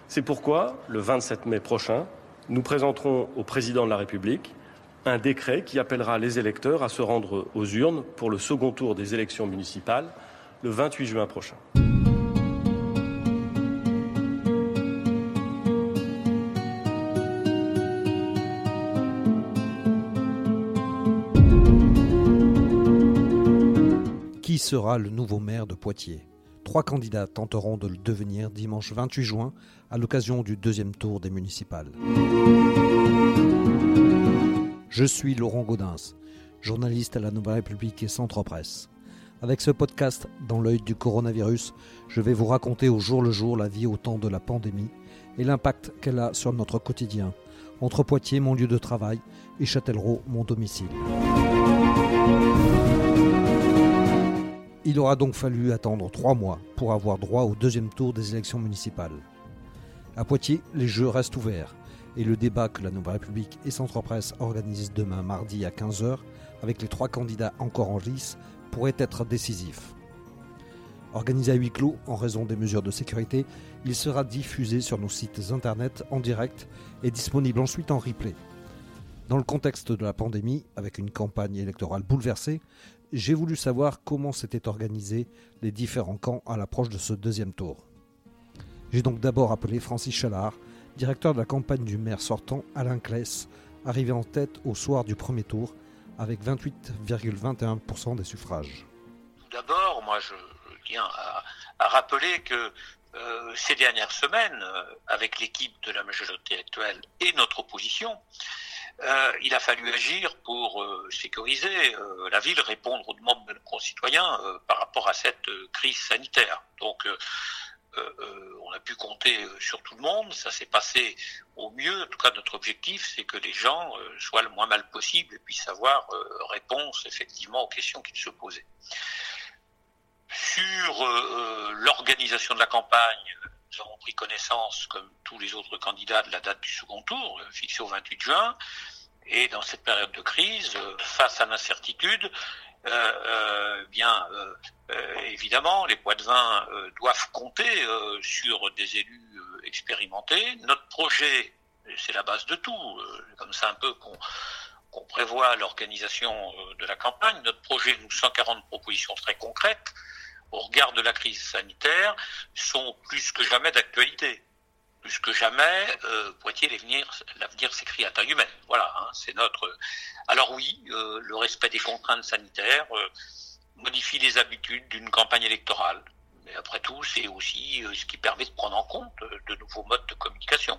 C'est pourquoi, le 27 mai prochain, nous présenterons au Président de la République un décret qui appellera les électeurs à se rendre aux urnes pour le second tour des élections municipales le 28 juin prochain. Qui sera le nouveau maire de Poitiers ? 3 candidats tenteront de le devenir dimanche 28 juin à l'occasion du deuxième tour des municipales. Je suis Laurent Gaudens, journaliste à la Nouvelle République et Centre Presse. Avec ce podcast, dans l'œil du coronavirus, je vais vous raconter au jour le jour la vie au temps de la pandémie et l'impact qu'elle a sur notre quotidien, entre Poitiers, mon lieu de travail, et Châtellerault, mon domicile. Il aura donc fallu attendre 3 mois pour avoir droit au deuxième tour des élections municipales. À Poitiers, les jeux restent ouverts et le débat que la Nouvelle République et Centre Presse organisent demain mardi à 15h avec les 3 candidats encore en lice pourrait être décisif. Organisé à huis clos en raison des mesures de sécurité, il sera diffusé sur nos sites internet en direct et disponible ensuite en replay. Dans le contexte de la pandémie, avec une campagne électorale bouleversée, j'ai voulu savoir comment s'étaient organisés les différents camps à l'approche de ce deuxième tour. J'ai donc d'abord appelé Francis Chalard, directeur de la campagne du maire sortant Alain Claes, arrivé en tête au soir du premier tour avec 28,21% des suffrages. Tout d'abord, moi je tiens à rappeler que ces dernières semaines, avec l'équipe de la majorité actuelle et notre opposition, il a fallu agir pour sécuriser la ville, répondre aux demandes de nos concitoyens par rapport à cette crise sanitaire. Donc, on a pu compter sur tout le monde, ça s'est passé au mieux. En tout cas, notre objectif, c'est que les gens soient le moins mal possible et puissent avoir réponse effectivement aux questions qu'ils se posaient. Sur l'organisation de la campagne, nous avons pris connaissance, comme tous les autres candidats, de la date du second tour, fixée au 28 juin. Et dans cette période de crise, face à l'incertitude, évidemment, les Poitevins doivent compter sur des élus expérimentés. Notre projet, c'est la base de tout, comme ça un peu qu'on prévoit l'organisation de la campagne. Notre projet, nous, 140 propositions très concrètes, au regard de la crise sanitaire, sont plus que jamais d'actualité. Plus que jamais, Poitiers, l'avenir s'écrit à taille humaine. Voilà, c'est notre... Alors oui, le respect des contraintes sanitaires modifie les habitudes d'une campagne électorale. Mais après tout, c'est aussi ce qui permet de prendre en compte de nouveaux modes de communication.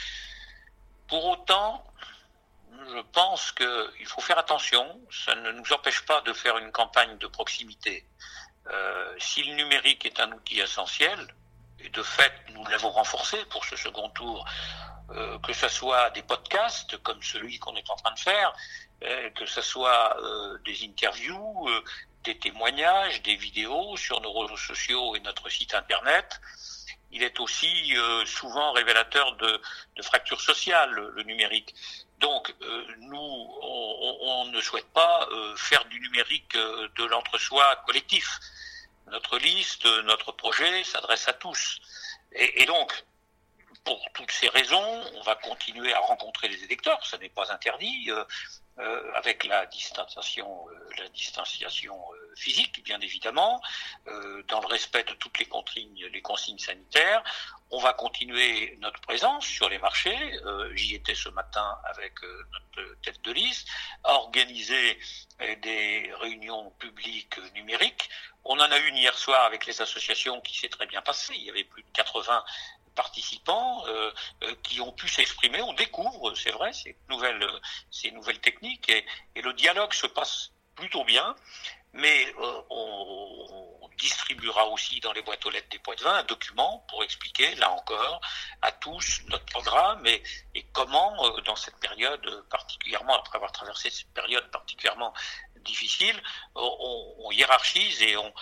Pour autant, je pense qu'il faut faire attention. Ça ne nous empêche pas de faire une campagne de proximité. Si le numérique est un outil essentiel, et de fait, nous l'avons renforcé pour ce second tour, que ce soit des podcasts comme celui qu'on est en train de faire, que ce soit des interviews, des témoignages, des vidéos sur nos réseaux sociaux et notre site internet. Il est aussi souvent révélateur de fractures sociales, le numérique. Donc, nous, on ne souhaite pas faire du numérique de l'entre-soi collectif. Notre liste, notre projet s'adresse à tous. Et donc, pour toutes ces raisons, on va continuer à rencontrer les électeurs, ça n'est pas interdit, avec la distanciation physique, bien évidemment, dans le respect de toutes les consignes sanitaires. On va continuer notre présence sur les marchés. J'y étais ce matin avec notre tête de liste, à organiser des réunions publiques numériques. On en a une hier soir avec les associations qui s'est très bien passée. Il y avait plus de 80 participants qui ont pu s'exprimer. On découvre, c'est vrai, ces nouvelles techniques et le dialogue se passe plutôt bien. Mais on distribuera aussi dans les boîtes aux lettres des Poitevins un document pour expliquer, là encore, à tous notre programme et comment, dans cette période particulièrement, après avoir traversé cette période particulièrement difficile, on hiérarchise et on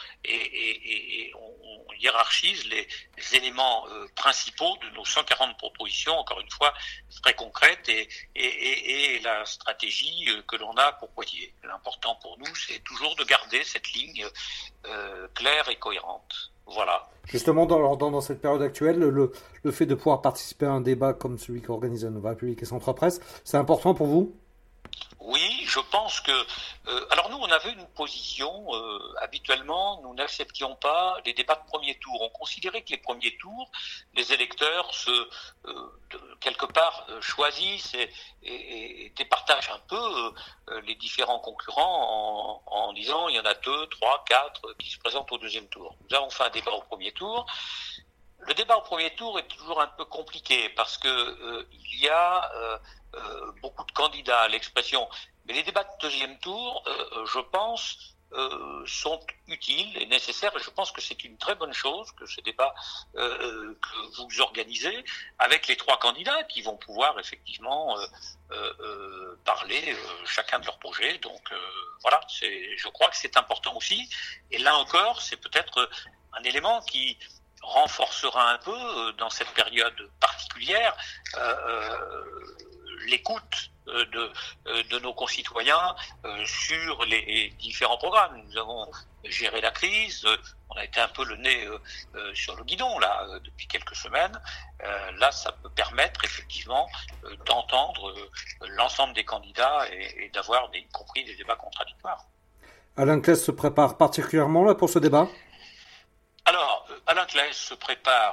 hiérarchise les éléments principaux de nos 140 propositions, encore une fois très concrètes, et la stratégie que l'on a pour Poitiers. L'important pour nous, c'est toujours de garder cette ligne claire et cohérente. Voilà. Justement, dans cette période actuelle, le fait de pouvoir participer à un débat comme celui qu'organise la Nouvelle République et Centre Presse, c'est important pour vous ? Oui, je pense que... alors nous, on avait une position, habituellement, nous n'acceptions pas les débats de premier tour. On considérait que les premiers tours, les électeurs quelque part choisissent et départagent un peu les différents concurrents en disant il y en a 2, 3, 4 qui se présentent au deuxième tour. Nous avons fait un débat au premier tour. Le débat au premier tour est toujours un peu compliqué parce que il y a beaucoup de candidats à l'expression. Mais les débats de deuxième tour, je pense, sont utiles et nécessaires. Et je pense que c'est une très bonne chose que ces débats que vous organisez avec les 3 candidats qui vont pouvoir effectivement parler chacun de leur projet. Donc voilà, je crois que c'est important aussi. Et là encore, c'est peut-être un élément qui renforcera un peu dans cette période particulière l'écoute de nos concitoyens sur les différents programmes. Nous avons géré la crise, on a été un peu le nez sur le guidon là depuis quelques semaines. Là, ça peut permettre effectivement d'entendre l'ensemble des candidats et d'avoir y compris des débats contradictoires. Alain Claes se prépare particulièrement là pour ce débat ? Alors, Alain Claes se prépare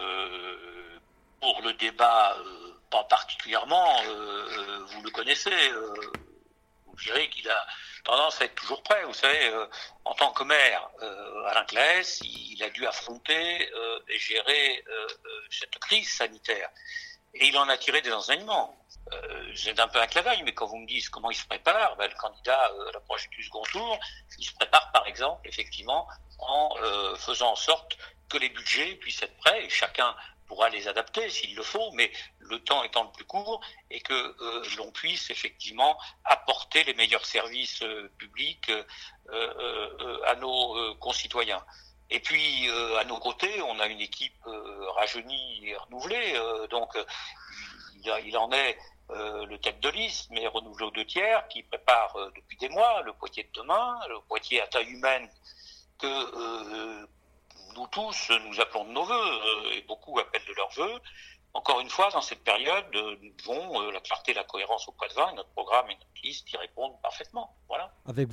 pour le débat, pas particulièrement, vous le connaissez, vous direz qu'il a tendance à être toujours prêt. Vous savez, en tant que maire, Alain Claes, il a dû affronter et gérer cette crise sanitaire. Et il en a tiré des enseignements. C'est un peu un clin d'œil, mais quand vous me dites comment il se prépare, le candidat à l'approche du second tour, il se prépare par exemple, effectivement, en faisant en sorte que les budgets puissent être prêts et chacun pourra les adapter s'il le faut, mais le temps étant le plus court et que l'on puisse effectivement apporter les meilleurs services publics à nos concitoyens. Et puis à nos côtés, on a une équipe rajeunie et renouvelée, donc il en est le tête de liste, mais renouvelé aux 2 tiers, qui prépare depuis des mois le Poitiers de demain, le Poitiers à taille humaine que nous tous, nous appelons de nos voeux, et beaucoup appellent de leurs voeux. Encore une fois, dans cette période, nous devons la clarté et la cohérence au Poids-de-Vin, et notre programme et notre liste y répondent parfaitement. Voilà. Avec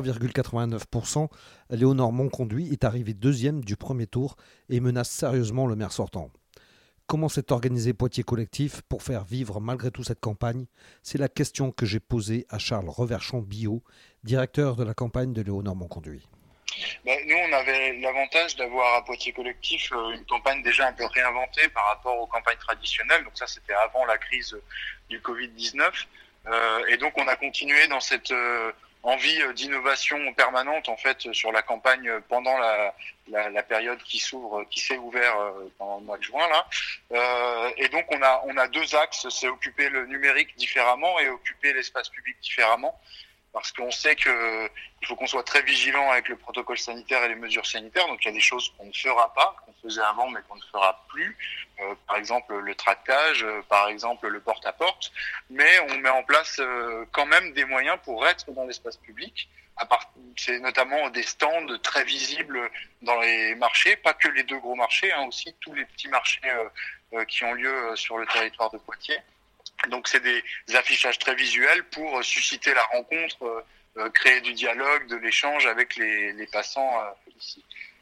23,89%, Léonore Monconduit est arrivé 2e du premier tour et menace sérieusement le maire sortant. Comment s'est organisé Poitiers Collectif pour faire vivre malgré tout cette campagne ? C'est la question que j'ai posée à Charles Reverchon-Billot, directeur de la campagne de Léonore Monconduit. Nous, on avait l'avantage d'avoir à Poitiers Collectif une campagne déjà un peu réinventée par rapport aux campagnes traditionnelles. Donc ça, c'était avant la crise du Covid-19. Et donc, on a continué dans cette envie d'innovation permanente, en fait, sur la campagne pendant la période qui s'est ouverte pendant le mois de juin, là. Et donc, on a 2 axes. C'est occuper le numérique différemment et occuper l'espace public différemment. Parce qu'on sait qu'il faut qu'on soit très vigilant avec le protocole sanitaire et les mesures sanitaires. Donc il y a des choses qu'on ne fera pas, qu'on faisait avant mais qu'on ne fera plus. Par exemple le tractage, par exemple le porte-à-porte. Mais on met en place quand même des moyens pour être dans l'espace public. C'est notamment des stands très visibles dans les marchés, pas que les 2 gros marchés, aussi tous les petits marchés qui ont lieu sur le territoire de Poitiers. Donc c'est des affichages très visuels pour susciter la rencontre, créer du dialogue, de l'échange avec les passants ici.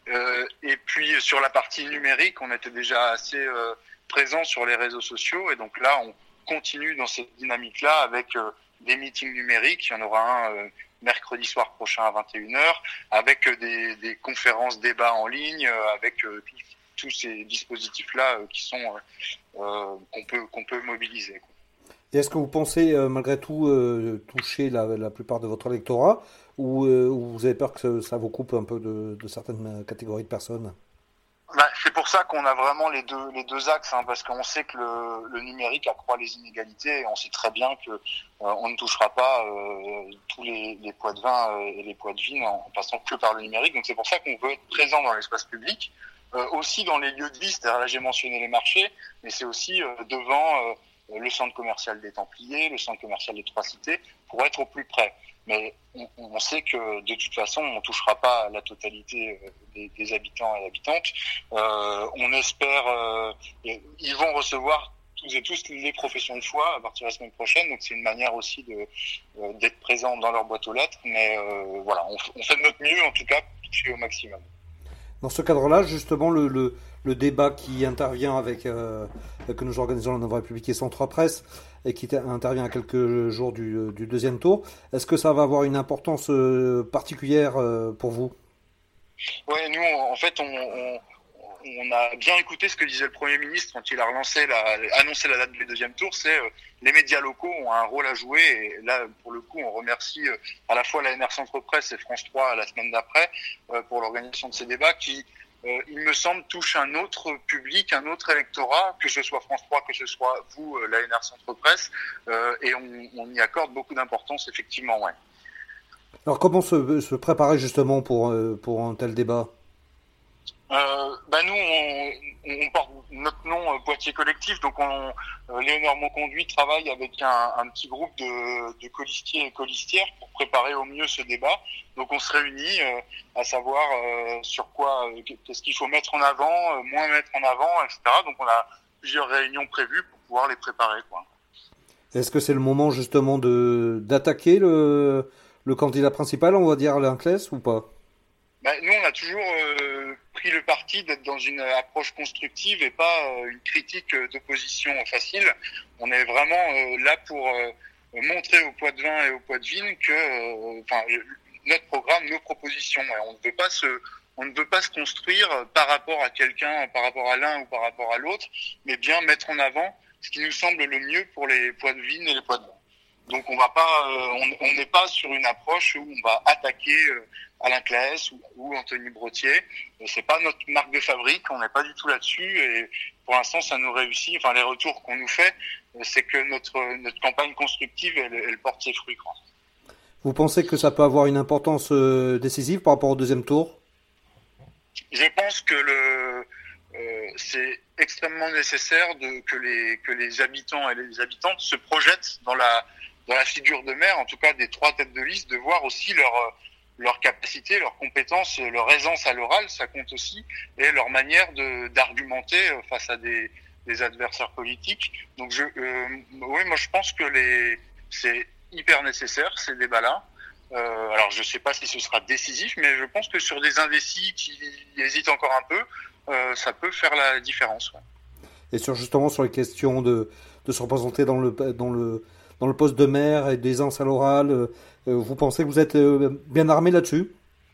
Et puis sur la partie numérique, on était déjà assez présent sur les réseaux sociaux et donc là on continue dans cette dynamique-là avec des meetings numériques. Il y en aura un mercredi soir prochain à 21h avec des conférences débats en ligne avec tous ces dispositifs-là qui sont qu'on peut mobiliser. Et est-ce que vous pensez malgré tout toucher la plupart de votre électorat ou vous avez peur que ça vous coupe un peu de certaines catégories de personnes ? C'est pour ça qu'on a vraiment les deux axes, parce qu'on sait que le numérique accroît les inégalités et on sait très bien que on ne touchera pas tous les poids de vin et les poids de vigne en passant que par le numérique. Donc c'est pour ça qu'on veut être présent dans l'espace public, aussi dans les lieux de vie. C'est-à-dire là j'ai mentionné les marchés, mais c'est aussi devant le centre commercial des Templiers, le centre commercial des Trois Cités, pour être au plus près. Mais on sait que de toute façon, on ne touchera pas la totalité des habitants et habitantes. On espère, ils vont recevoir tous et tous les professions de foi à partir de la semaine prochaine. Donc c'est une manière aussi d'être présent dans leur boîte aux lettres. Mais voilà, on fait de notre mieux en tout cas pour toucher au maximum. Dans ce cadre-là, justement, le débat qui intervient que nous organisons la Nouvelle République et Centre Presse et qui intervient à quelques jours du deuxième tour, est-ce que ça va avoir une importance particulière pour vous ? Oui, nous, en fait, on a bien écouté ce que disait le Premier ministre quand il a annoncé la date du deuxième tour. C'est les médias locaux ont un rôle à jouer. Et là, pour le coup, on remercie à la fois l'ANR Centre Presse et France 3 la semaine d'après pour l'organisation de ces débats qui, il me semble, touche un autre public, un autre électorat, que ce soit France 3, que ce soit vous, l'ANR Centre Presse, et on y accorde beaucoup d'importance, effectivement, ouais. Alors, comment se préparer justement pour un tel débat ? Nous, on porte notre nom Poitiers Collectif, donc Léonore Monconduit travaille avec un petit groupe de colistiers et colistières pour préparer au mieux ce débat. Donc on se réunit à savoir sur quoi, qu'est-ce qu'il faut mettre en avant, moins mettre en avant, etc. Donc on a plusieurs réunions prévues pour pouvoir les préparer, quoi. Est-ce que c'est le moment justement d'attaquer le candidat principal, on va dire l'Inclès, ou pas ? Nous, on a toujours pris le parti d'être dans une approche constructive et pas une critique d'opposition facile. On est vraiment là pour montrer aux Poitevins et aux Poitevines que notre programme, nos propositions, on ne veut pas se construire par rapport à quelqu'un, par rapport à l'un ou par rapport à l'autre, mais bien mettre en avant ce qui nous semble le mieux pour les Poitevines et les Poitevins. Donc on va pas, on n'est pas sur une approche où on va attaquer Alain Claes ou Anthony Brottier. C'est pas notre marque de fabrique, on n'est pas du tout là-dessus et pour l'instant ça nous réussit. Enfin les retours qu'on nous fait, c'est que notre campagne constructive elle porte ses fruits, quoi. Vous pensez que ça peut avoir une importance décisive par rapport au deuxième tour ? Je pense que c'est extrêmement nécessaire que les habitants et les habitantes se projettent dans la figure de maire, en tout cas des trois têtes de liste, de voir aussi leur capacité, leurs compétences, leur aisance à l'oral, ça compte aussi, et leur manière d'argumenter face à des adversaires politiques. Donc moi je pense que c'est hyper nécessaire ces débats-là. Alors je sais pas si ce sera décisif, mais je pense que sur des indécis qui hésitent encore un peu, ça peut faire la différence. Ouais. Et justement sur les questions de se représenter dans le poste de maire et d'aisance à l'oral, vous pensez que vous êtes bien armé là-dessus ?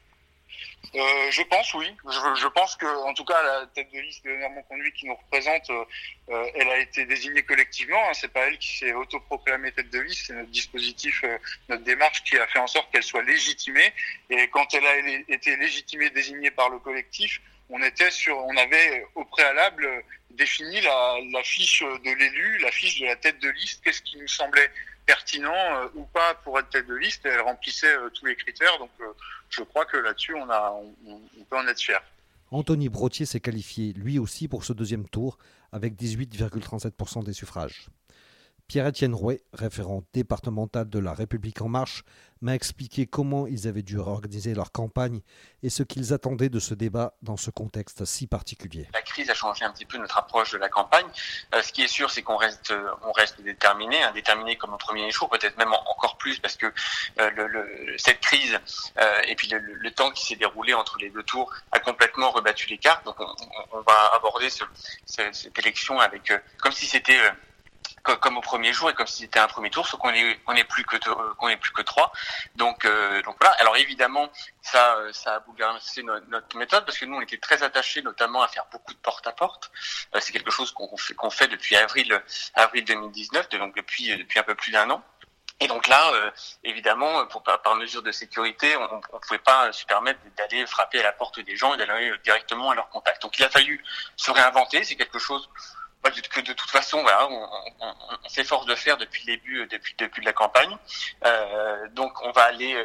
Je pense, oui. Je pense que, en tout cas, la tête de liste de Léonore Monconduit qui nous représente, elle a été désignée collectivement. C'est pas elle qui s'est autoproclamée tête de liste. C'est notre dispositif, notre démarche qui a fait en sorte qu'elle soit légitimée. Et quand elle a été légitimée, désignée par le collectif, on avait au préalable défini la fiche de l'élu, la fiche de la tête de liste. Qu'est-ce qui nous semblait pertinent ou pas pour être tête de liste, elle remplissait tous les critères, donc je crois que là-dessus on peut en être fier. Anthony Brottier s'est qualifié lui aussi pour ce deuxième tour avec 18,37% des suffrages. Pierre-Étienne Rouet, référent départemental de La République En Marche, m'a expliqué comment ils avaient dû réorganiser leur campagne et ce qu'ils attendaient de ce débat dans ce contexte si particulier. La crise a changé un petit peu notre approche de la campagne. Ce qui est sûr, c'est qu'on reste déterminé, déterminé comme au premier jour, peut-être même encore plus parce que cette crise et puis le temps qui s'est déroulé entre les deux tours a complètement rebattu les cartes. Donc on va aborder cette élection avec comme si c'était comme au premier jour et comme si c'était un premier tour, sauf qu'on est plus que trois. Donc voilà. Alors évidemment, ça a bouleversé notre méthode parce que nous on était très attachés notamment à faire beaucoup de porte-à-porte. C'est quelque chose qu'on fait depuis avril 2019, donc depuis un peu plus d'un an. Et donc là, évidemment, par mesure de sécurité, on pouvait pas se permettre d'aller frapper à la porte des gens et d'aller directement à leur contact. Donc il a fallu se réinventer. C'est quelque chose que de toute façon, voilà, on s'efforce de faire depuis le début de la campagne. Donc on va aller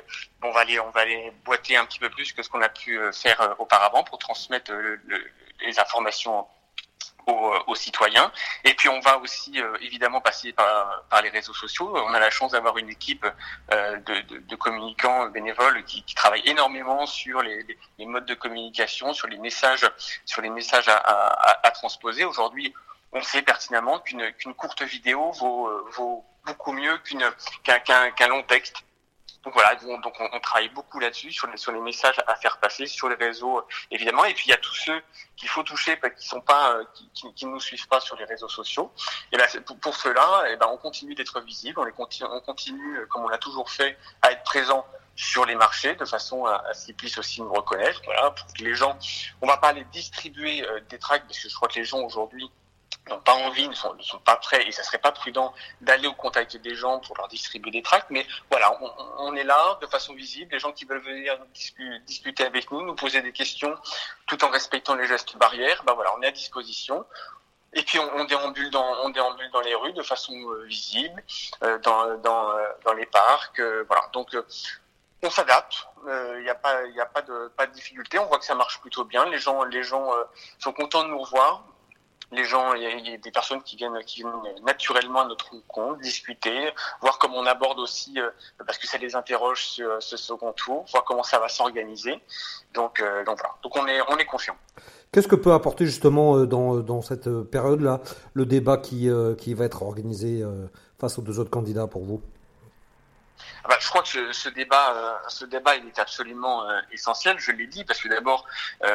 boiter un petit peu plus que ce qu'on a pu faire auparavant pour transmettre les informations aux citoyens. Et puis on va aussi évidemment passer par les réseaux sociaux. On a la chance d'avoir une équipe de communicants bénévoles qui travaillent énormément sur les modes de communication, sur les messages à transposer. Aujourd'hui, on sait pertinemment qu'une courte vidéo vaut beaucoup mieux qu'un long texte. Donc voilà, donc on travaille beaucoup là-dessus, sur les messages à faire passer sur les réseaux, évidemment. Et puis il y a tous ceux qu'il faut toucher, qui nous suivent pas sur les réseaux sociaux. Et ben pour ceux-là, on continue d'être visible, on continue comme on l'a toujours fait à être présent sur les marchés de façon à ce qu'ils puissent aussi nous reconnaître. Voilà, pour que les gens, on va pas les distribuer des tracts, parce que je crois que les gens aujourd'hui n'ont pas envie, ne sont pas prêts, et ça serait pas prudent d'aller au contact des gens pour leur distribuer des tracts, mais voilà, on est là de façon visible, les gens qui veulent venir discuter avec nous poser des questions, tout en respectant les gestes barrières, voilà, on est à disposition. Et puis on déambule dans les rues de façon visible, dans les parcs, voilà. Donc on s'adapte, il y a pas de difficulté, on voit que ça marche plutôt bien, les gens sont contents de nous revoir. Les gens, il y a des personnes qui viennent naturellement à notre rencontre, discuter, voir comment on aborde aussi, parce que ça les interroge ce second tour, voir comment ça va s'organiser. Donc voilà. Donc on est confiant. Qu'est-ce que peut apporter justement dans cette période-là le débat qui va être organisé face aux deux autres candidats pour vous? Je crois que ce débat, il est absolument essentiel. Je l'ai dit parce que d'abord,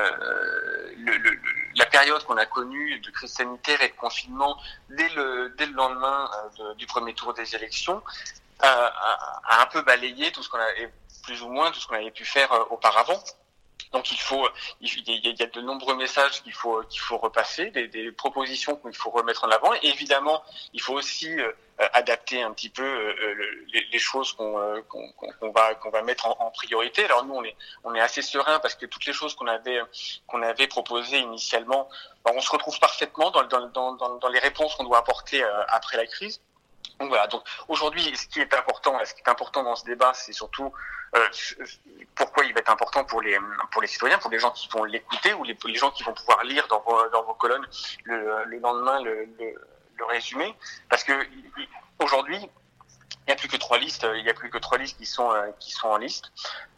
la période qu'on a connue de crise sanitaire et de confinement dès le lendemain du premier tour des élections a un peu balayé tout ce qu'on avait, plus ou moins tout ce qu'on avait pu faire auparavant. Donc il y a de nombreux messages qu'il faut repasser, des propositions qu'il faut remettre en avant. Et évidemment, il faut aussi adapter un petit peu les choses qu'on va mettre en priorité. Alors nous, on est assez serein parce que toutes les choses qu'on avait proposées initialement, on se retrouve parfaitement dans les réponses qu'on doit apporter après la crise. Donc voilà. Donc aujourd'hui, ce qui est important dans ce débat, c'est surtout pourquoi il va être important pour les citoyens, pour les gens qui vont l'écouter ou les gens qui vont pouvoir lire dans vos colonnes le lendemain le résumé, parce que aujourd'hui il n'y a plus que 3 listes qui sont en liste.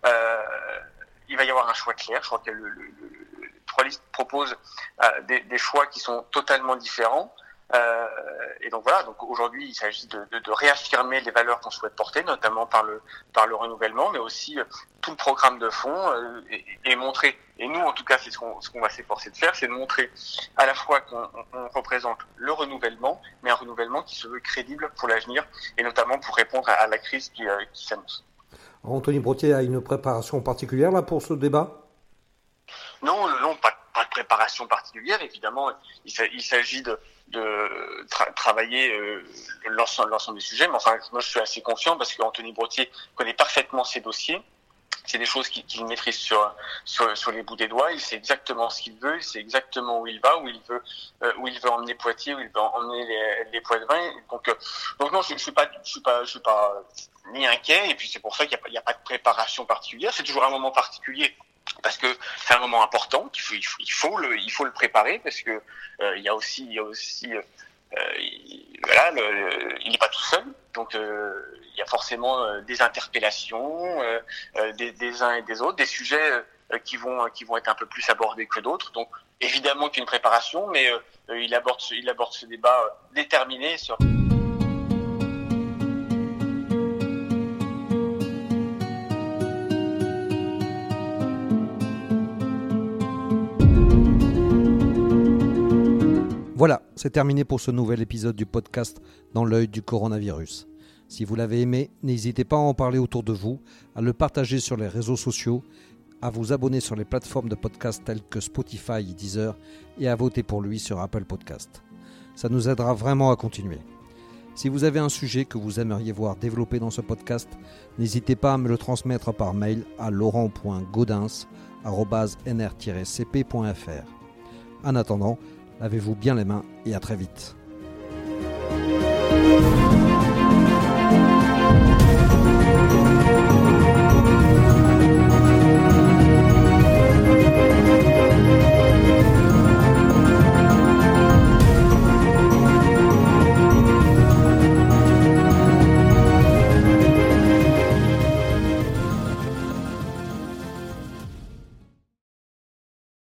Il va y avoir un choix clair. Je crois que 3 listes proposent des choix qui sont totalement différents. Et donc voilà, donc aujourd'hui il s'agit de réaffirmer les valeurs qu'on souhaite porter, notamment par le renouvellement, mais aussi tout le programme de fond et montrer, et nous en tout cas c'est ce qu'on va s'efforcer de faire, c'est de montrer à la fois qu'on représente le renouvellement, mais un renouvellement qui se veut crédible pour l'avenir, et notamment pour répondre à la crise qui s'annonce. Anthony Brottier a une préparation particulière là pour ce débat ? Non, pas de préparation particulière, évidemment, il s'agit de travailler l'ensemble des sujets, mais enfin moi je suis assez confiant parce qu'Anthony Brottier connaît parfaitement ses dossiers. C'est des choses qu'il maîtrise sur les bouts des doigts. Il sait exactement ce qu'il veut, il sait exactement où il va, où il veut emmener Poitiers, où il veut emmener les Poitevins. Donc non, je suis pas ni inquiet. Et puis c'est pour ça qu'il n'y a pas de préparation particulière. C'est toujours un moment particulier parce que c'est un moment important. Il faut le préparer parce que il y a aussi voilà, il n'est pas tout seul, donc il y a forcément des interpellations des uns et des autres, des sujets qui vont être un peu plus abordés que d'autres. Donc évidemment qu'il y a une préparation, mais il aborde ce débat déterminé sur. Voilà, c'est terminé pour ce nouvel épisode du podcast Dans l'œil du coronavirus. Si vous l'avez aimé, n'hésitez pas à en parler autour de vous, à le partager sur les réseaux sociaux, à vous abonner sur les plateformes de podcast telles que Spotify et Deezer et à voter pour lui sur Apple Podcast. Ça nous aidera vraiment à continuer. Si vous avez un sujet que vous aimeriez voir développé dans ce podcast, n'hésitez pas à me le transmettre par mail à laurent.gaudens@nr-cp.fr. En attendant, lavez-vous bien les mains et à très vite.